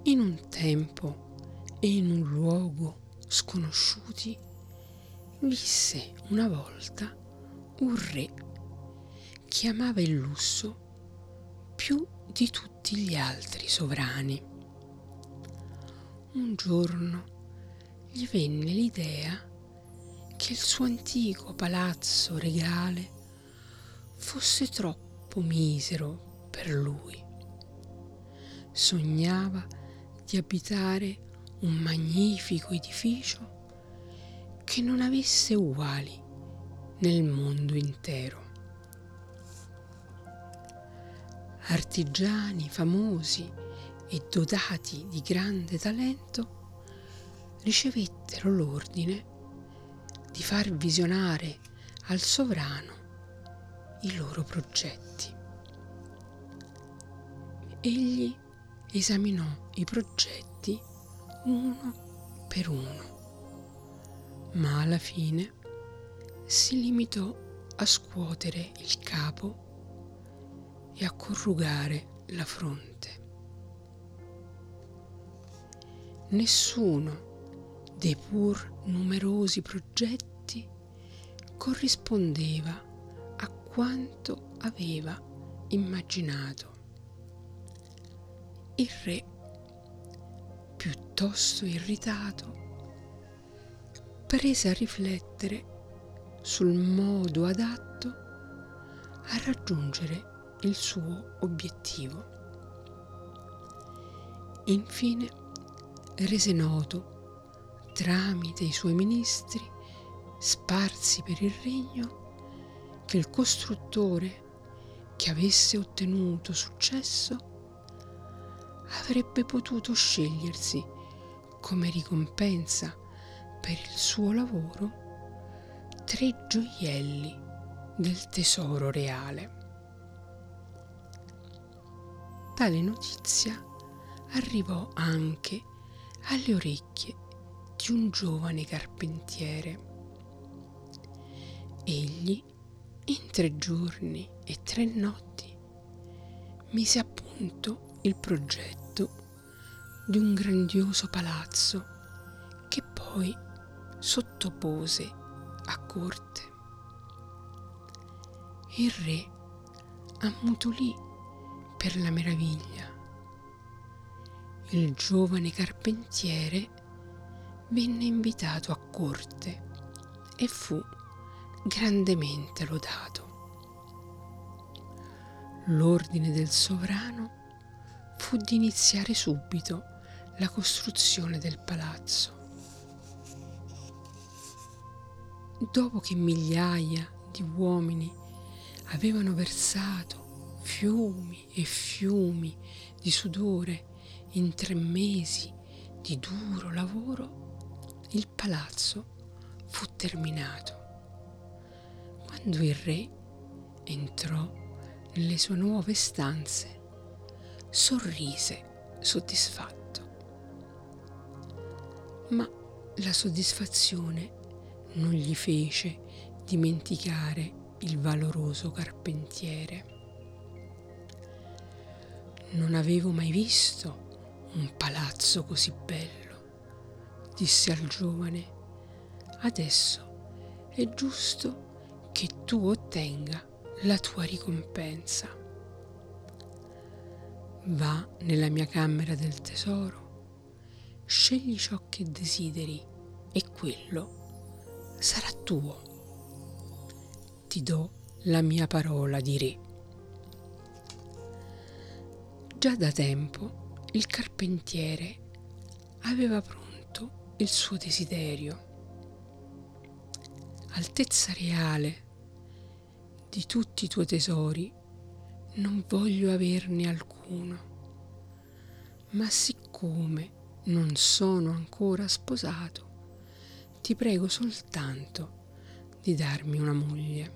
In un tempo e in un luogo sconosciuti visse una volta un re che amava il lusso più di tutti gli altri sovrani. Un giorno gli venne l'idea che il suo antico palazzo regale fosse troppo misero per lui. Sognava di abitare un magnifico edificio che non avesse uguali nel mondo intero. Artigiani famosi e dotati di grande talento ricevettero l'ordine di far visionare al sovrano i loro progetti. Egli esaminò i progetti uno per uno, ma alla fine si limitò a scuotere il capo e a corrugare la fronte. Nessuno dei pur numerosi progetti corrispondeva a quanto aveva immaginato. Il re, piuttosto irritato, prese a riflettere sul modo adatto a raggiungere il suo obiettivo. Infine rese noto, tramite i suoi ministri sparsi per il regno, che il costruttore che avesse ottenuto successo avrebbe potuto scegliersi come ricompensa per il suo lavoro 3 gioielli del tesoro reale. Tale notizia arrivò anche alle orecchie di un giovane carpentiere. Egli, in 3 giorni e 3 notti, mise a punto il progetto di un grandioso palazzo che poi sottopose a corte. Il re ammutolì per la meraviglia. Il giovane carpentiere venne invitato a corte e fu grandemente lodato. L'ordine del sovrano fu di iniziare subito la costruzione del palazzo. Dopo che migliaia di uomini avevano versato fiumi e fiumi di sudore in 3 mesi di duro lavoro, il palazzo fu terminato. Quando il re entrò nelle sue nuove stanze, sorrise soddisfatto. Ma la soddisfazione non gli fece dimenticare il valoroso carpentiere. Non avevo mai visto un palazzo così bello, disse al giovane. Adesso è giusto che tu ottenga la tua ricompensa. Va nella mia camera del tesoro, scegli ciò che desideri e quello sarà tuo. Ti do la mia parola di re. Già da tempo il carpentiere aveva pronto il suo desiderio. Altezza reale, di tutti i tuoi tesori non voglio averne alcuno, ma siccome non sono ancora sposato, ti prego soltanto di darmi una moglie.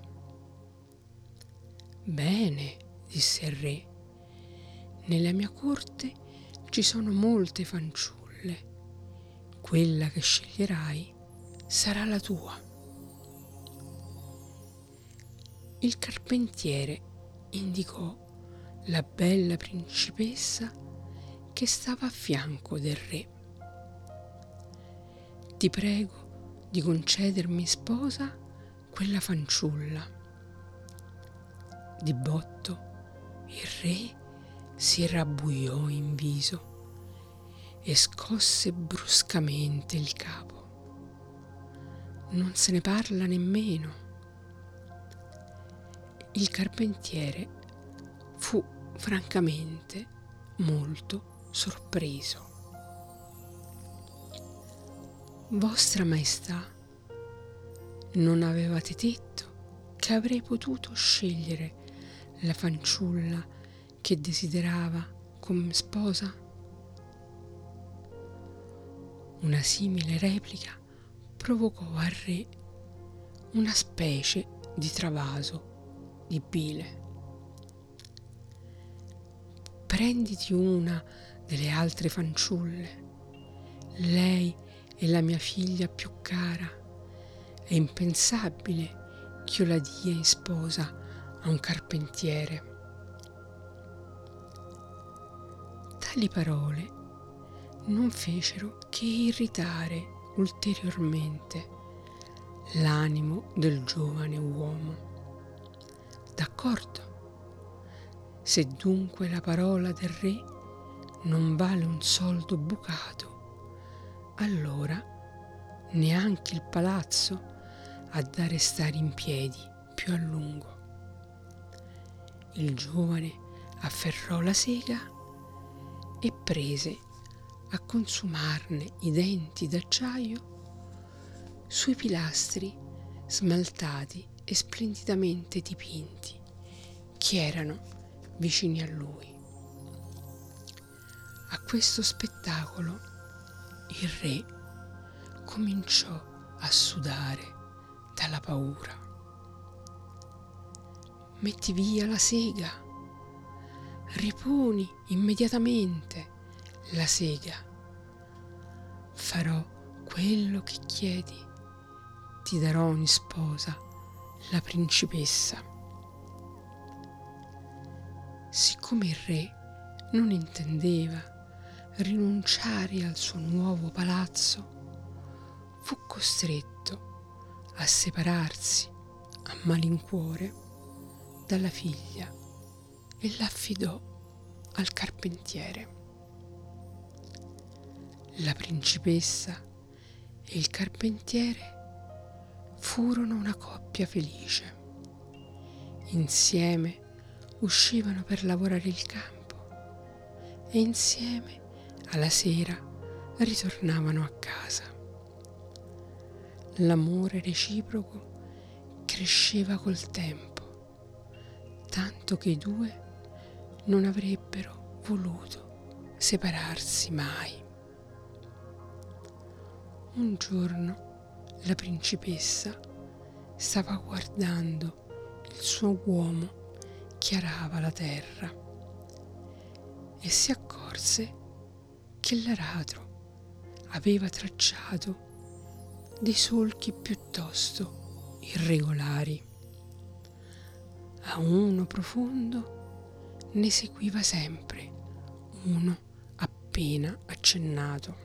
Bene, disse il re, nella mia corte ci sono molte fanciulle, quella che sceglierai sarà la tua. Il carpentiere indicò la bella principessa che stava a fianco del re. Ti prego di concedermi sposa quella fanciulla. Di botto il re si rabbuiò in viso e scosse bruscamente il capo. Non se ne parla nemmeno. Il carpentiere fu francamente molto sorpreso. Vostra Maestà, non avevate detto che avrei potuto scegliere la fanciulla che desiderava come sposa? Una simile replica provocò al re una specie di travaso di bile. Prenditi una delle altre fanciulle. Lei è la mia figlia più cara. È impensabile che io la dia in sposa a un carpentiere. Tali parole non fecero che irritare ulteriormente l'animo del giovane uomo. D'accordo? Se dunque la parola del re non vale un soldo bucato, allora neanche il palazzo ha da restare in piedi più a lungo. Il giovane afferrò la sega e prese a consumarne i denti d'acciaio sui pilastri smaltati e splendidamente dipinti che erano vicini a lui. A questo spettacolo il re cominciò a sudare dalla paura. Metti via la sega, riponi immediatamente la sega. Farò quello che chiedi, ti darò in sposa la principessa. Siccome il re non intendeva rinunciare al suo nuovo palazzo, fu costretto a separarsi a malincuore dalla figlia e l'affidò al carpentiere. La principessa e il carpentiere furono una coppia felice. Insieme uscivano per lavorare il campo e insieme alla sera ritornavano a casa. L'amore reciproco cresceva col tempo, tanto che i due non avrebbero voluto separarsi mai. Un giorno la principessa stava guardando il suo uomo che arava la terra e si accorse che l'aratro aveva tracciato dei solchi piuttosto irregolari. A uno profondo ne seguiva sempre uno appena accennato.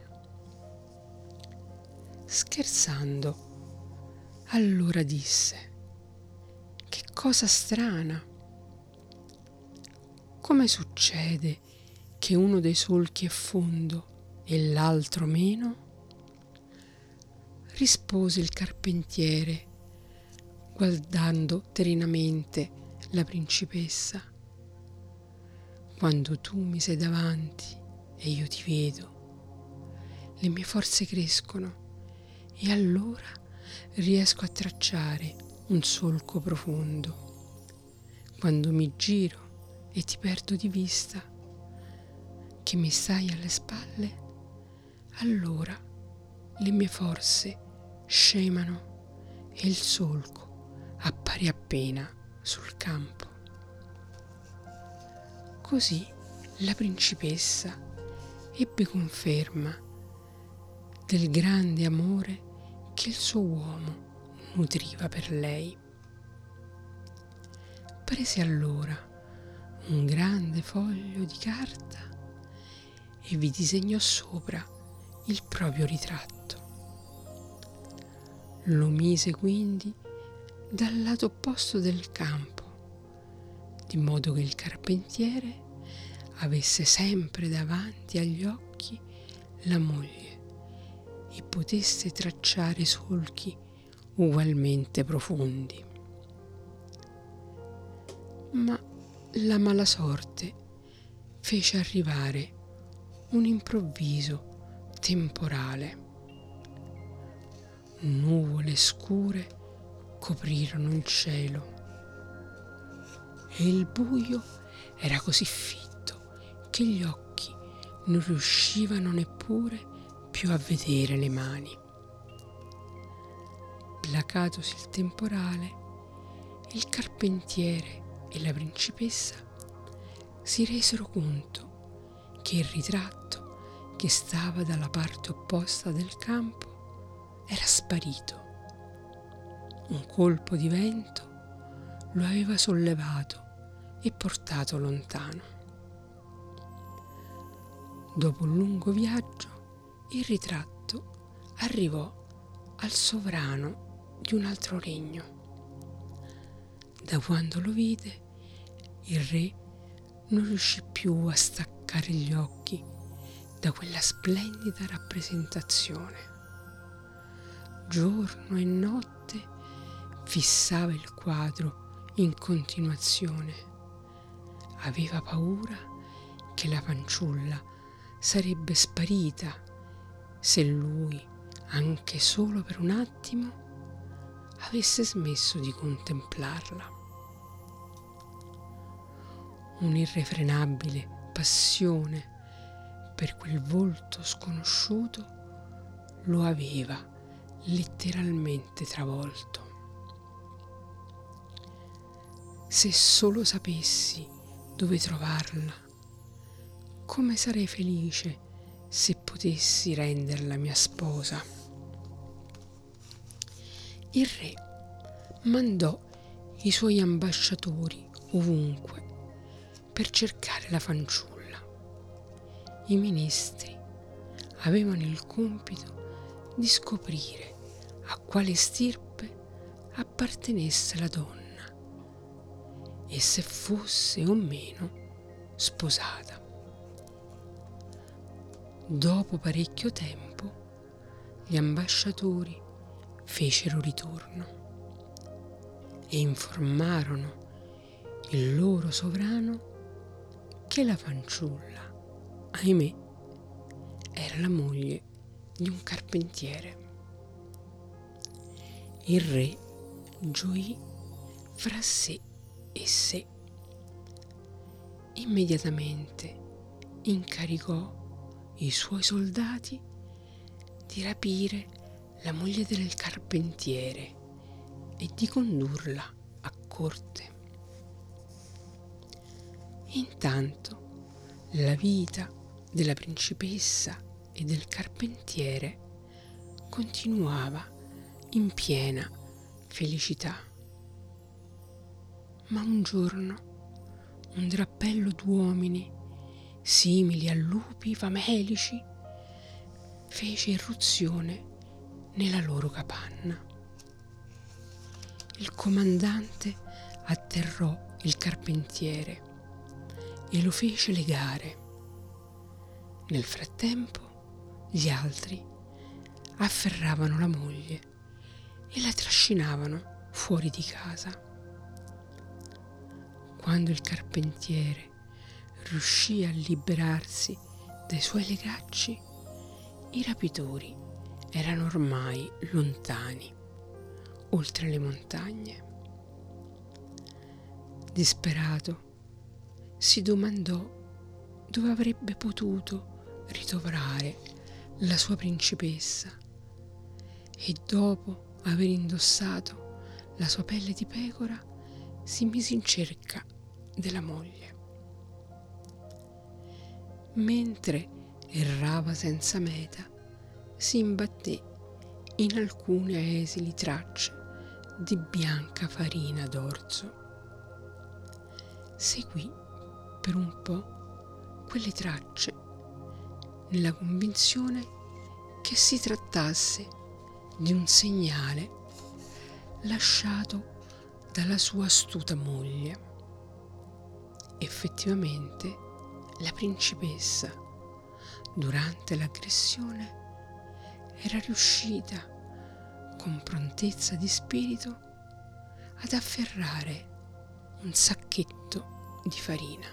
Scherzando, allora disse: «Che cosa strana! Come succede che uno dei solchi è fondo e l'altro meno?» Rispose il carpentiere, guardando serenamente la principessa. «Quando tu mi sei davanti e io ti vedo, le mie forze crescono e allora riesco a tracciare un solco profondo. Quando mi giro e ti perdo di vista, che mi stai alle spalle, allora le mie forze scemano e il solco appare appena sul campo». Così la principessa ebbe conferma del grande amore che il suo uomo nutriva per lei. Prese allora un grande foglio di carta e vi disegnò sopra il proprio ritratto. Lo mise quindi dal lato opposto del campo, di modo che il carpentiere avesse sempre davanti agli occhi la moglie e potesse tracciare solchi ugualmente profondi. Ma la mala sorte fece arrivare un improvviso temporale. Nuvole scure coprirono il cielo e il buio era così fitto che gli occhi non riuscivano neppure più a vedere le mani. Placatosi il temporale, il carpentiere e la principessa si resero conto che il ritratto che stava dalla parte opposta del campo era sparito. Un colpo di vento lo aveva sollevato e portato lontano. Dopo un lungo viaggio, il ritratto arrivò al sovrano di un altro regno. Da quando lo vide, il re non riuscì più a staccare gli occhi da quella splendida rappresentazione. Giorno e notte fissava il quadro in continuazione. Aveva paura che la fanciulla sarebbe sparita se lui, anche solo per un attimo, avesse smesso di contemplarla. Un'irrefrenabile passione per quel volto sconosciuto lo aveva letteralmente travolto. Se solo sapessi dove trovarla, come sarei felice se potessi renderla mia sposa. Il re mandò i suoi ambasciatori ovunque per cercare la fanciulla. I ministri avevano il compito di scoprire a quale stirpe appartenesse la donna e se fosse o meno sposata. Dopo parecchio tempo, gli ambasciatori fecero ritorno e informarono il loro sovrano che la fanciulla, ahimè, era la moglie di un carpentiere. Il re gioì fra sé e sé. Immediatamente incaricò i suoi soldati di rapire la moglie del carpentiere e di condurla a corte. Intanto la vita della principessa e del carpentiere continuava in piena felicità. Ma un giorno un drappello d'uomini simili a lupi famelici fece irruzione nella loro capanna. Il comandante atterrò il carpentiere e lo fece legare. Nel frattempo gli altri afferravano la moglie e la trascinavano fuori di casa. Quando il carpentiere riuscì a liberarsi dai suoi legacci, i rapitori erano ormai lontani, oltre le montagne. Disperato, si domandò dove avrebbe potuto ritrovare la sua principessa e dopo aver indossato la sua pelle di pecora si mise in cerca della moglie. Mentre errava senza meta, si imbatté in alcune esili tracce di bianca farina d'orzo. Seguì per un po' quelle tracce nella convinzione che si trattasse di un segnale lasciato dalla sua astuta moglie. Effettivamente, la principessa, durante l'aggressione, era riuscita, con prontezza di spirito, ad afferrare un sacchetto di farina.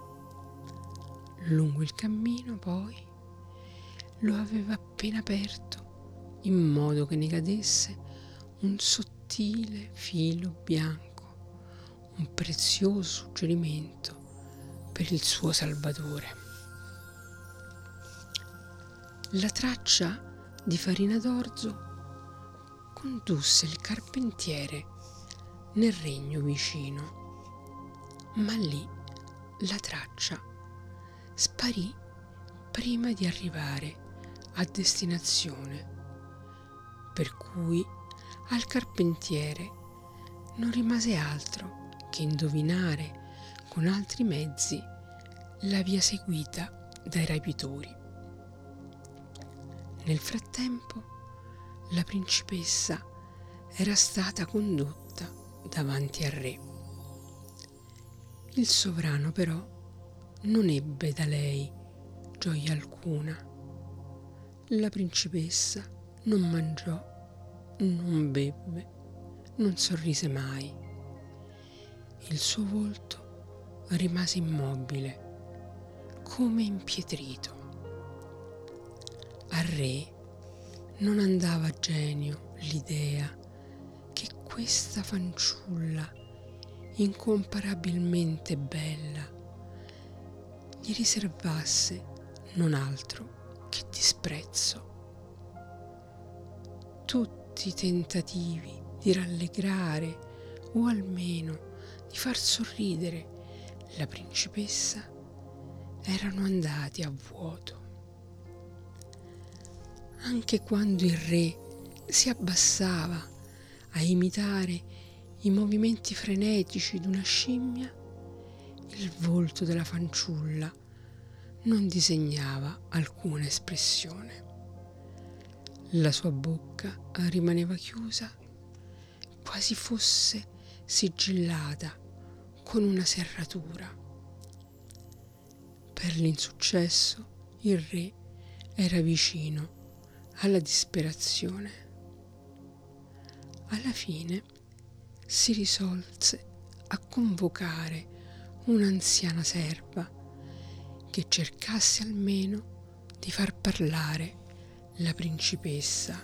Lungo il cammino, poi, lo aveva appena aperto, in modo che ne cadesse un sottile filo bianco, un prezioso suggerimento per il suo salvatore. La traccia di farina d'orzo condusse il carpentiere nel regno vicino, ma lì la traccia sparì prima di arrivare a destinazione, per cui al carpentiere non rimase altro che indovinare con altri mezzi la via seguita dai rapitori. Nel frattempo la principessa era stata condotta davanti al re. Il sovrano però non ebbe da lei gioia alcuna. La principessa non mangiò, non bevve, non sorrise mai. Il suo volto rimase immobile, come impietrito. Al re non andava a genio l'idea che questa fanciulla incomparabilmente bella gli riservasse non altro che disprezzo. Tutti i tentativi di rallegrare o almeno di far sorridere la principessa erano andati a vuoto. Anche quando il re si abbassava a imitare i movimenti frenetici d'una scimmia, il volto della fanciulla non disegnava alcuna espressione. La sua bocca rimaneva chiusa, quasi fosse sigillata con una serratura. Per l'insuccesso il re era vicino alla disperazione. Alla fine si risolse a convocare un'anziana serva che cercasse almeno di far parlare la principessa.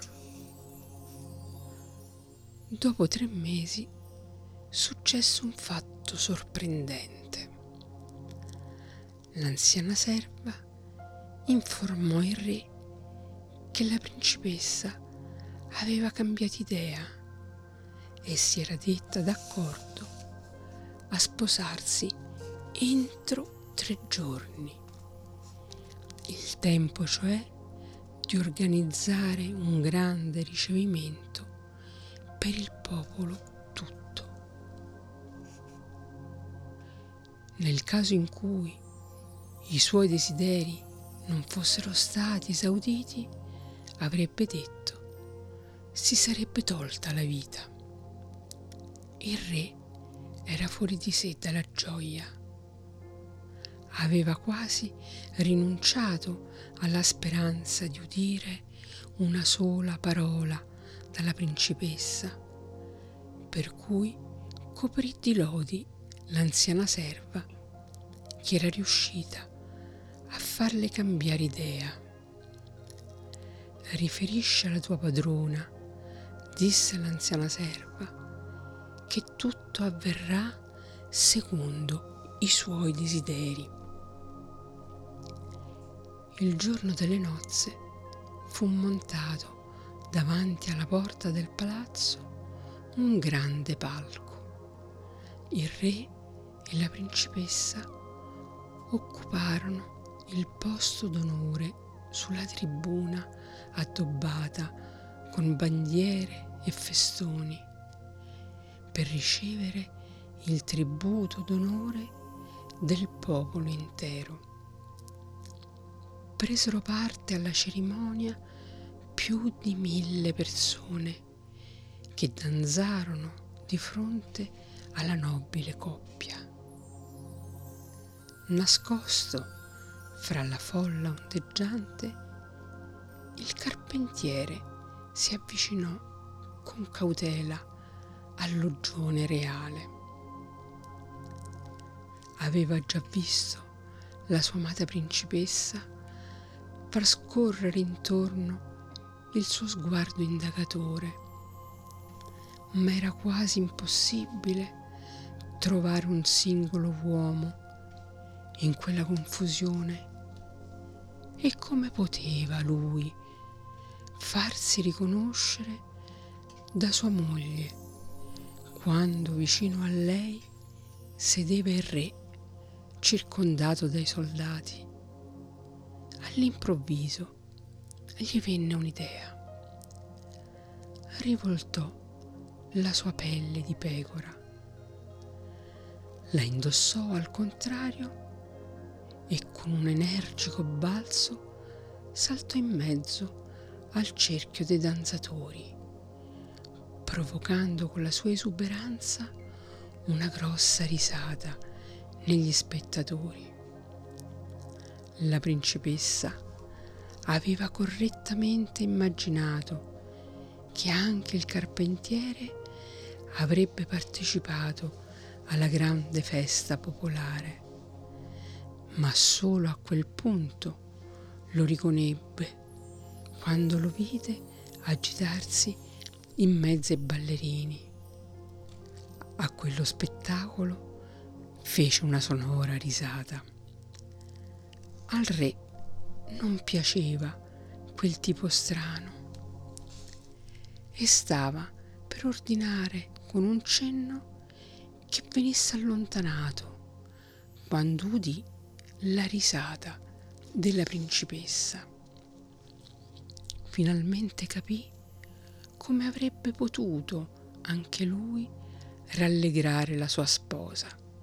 Dopo 3 mesi successe un fatto sorprendente. L'anziana serva informò il re che la principessa aveva cambiato idea e si era detta d'accordo a sposarsi entro 3 giorni, il tempo cioè di organizzare un grande ricevimento per il popolo tutto. Nel caso in cui i suoi desideri non fossero stati esauditi, avrebbe detto, si sarebbe tolta la vita. Il re era fuori di sé dalla gioia. Aveva quasi rinunciato alla speranza di udire una sola parola dalla principessa, per cui coprì di lodi l'anziana serva che era riuscita a farle cambiare idea. Riferisci alla tua padrona, disse l'anziana serva, che tutto avverrà secondo i suoi desideri. Il giorno delle nozze fu montato davanti alla porta del palazzo un grande palco. Il re e la principessa occuparono il posto d'onore sulla tribuna addobbata con bandiere e festoni per ricevere il tributo d'onore del popolo intero. presero parte alla cerimonia più di 1000 persone che danzarono di fronte alla nobile coppia. Nascosto fra la folla ondeggiante, il carpentiere si avvicinò con cautela al loggione reale. Aveva già visto la sua amata principessa far scorrere intorno il suo sguardo indagatore, ma era quasi impossibile trovare un singolo uomo in quella confusione. E come poteva lui farsi riconoscere da sua moglie quando vicino a lei sedeva il re circondato dai soldati? All'improvviso gli venne un'idea. Rivoltò la sua pelle di pecora, la indossò al contrario e con un energico balzo saltò in mezzo al cerchio dei danzatori, provocando con la sua esuberanza una grossa risata negli spettatori. La principessa aveva correttamente immaginato che anche il carpentiere avrebbe partecipato alla grande festa popolare, ma solo a quel punto lo riconebbe quando lo vide agitarsi in mezzo ai ballerini. A quello spettacolo fece una sonora risata. Al re non piaceva quel tipo strano e stava per ordinare con un cenno che venisse allontanato quando udì la risata della principessa. Finalmente capì come avrebbe potuto anche lui rallegrare la sua sposa.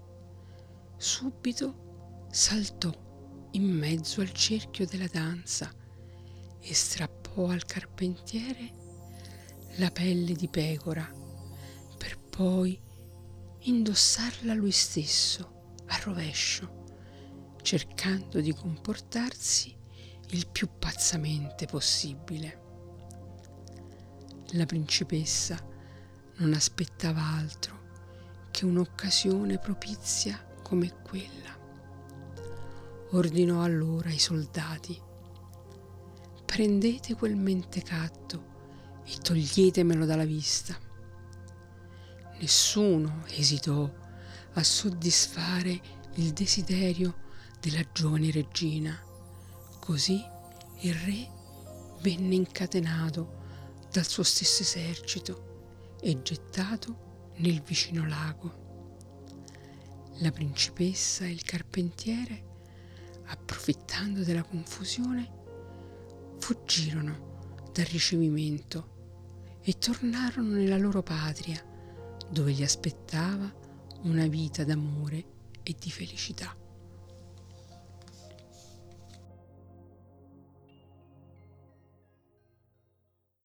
Subito saltò in mezzo al cerchio della danza e strappò al carpentiere la pelle di pecora per poi indossarla lui stesso a rovescio, cercando di comportarsi il più pazzamente possibile. La principessa non aspettava altro che un'occasione propizia come quella. Ordinò allora ai soldati: prendete quel mentecatto e toglietemelo dalla vista. Nessuno esitò a soddisfare il desiderio della giovane regina. Così il re venne incatenato dal suo stesso esercito e gettato nel vicino lago. La principessa e il carpentiere, approfittando della confusione, fuggirono dal ricevimento e tornarono nella loro patria, dove li aspettava una vita d'amore e di felicità.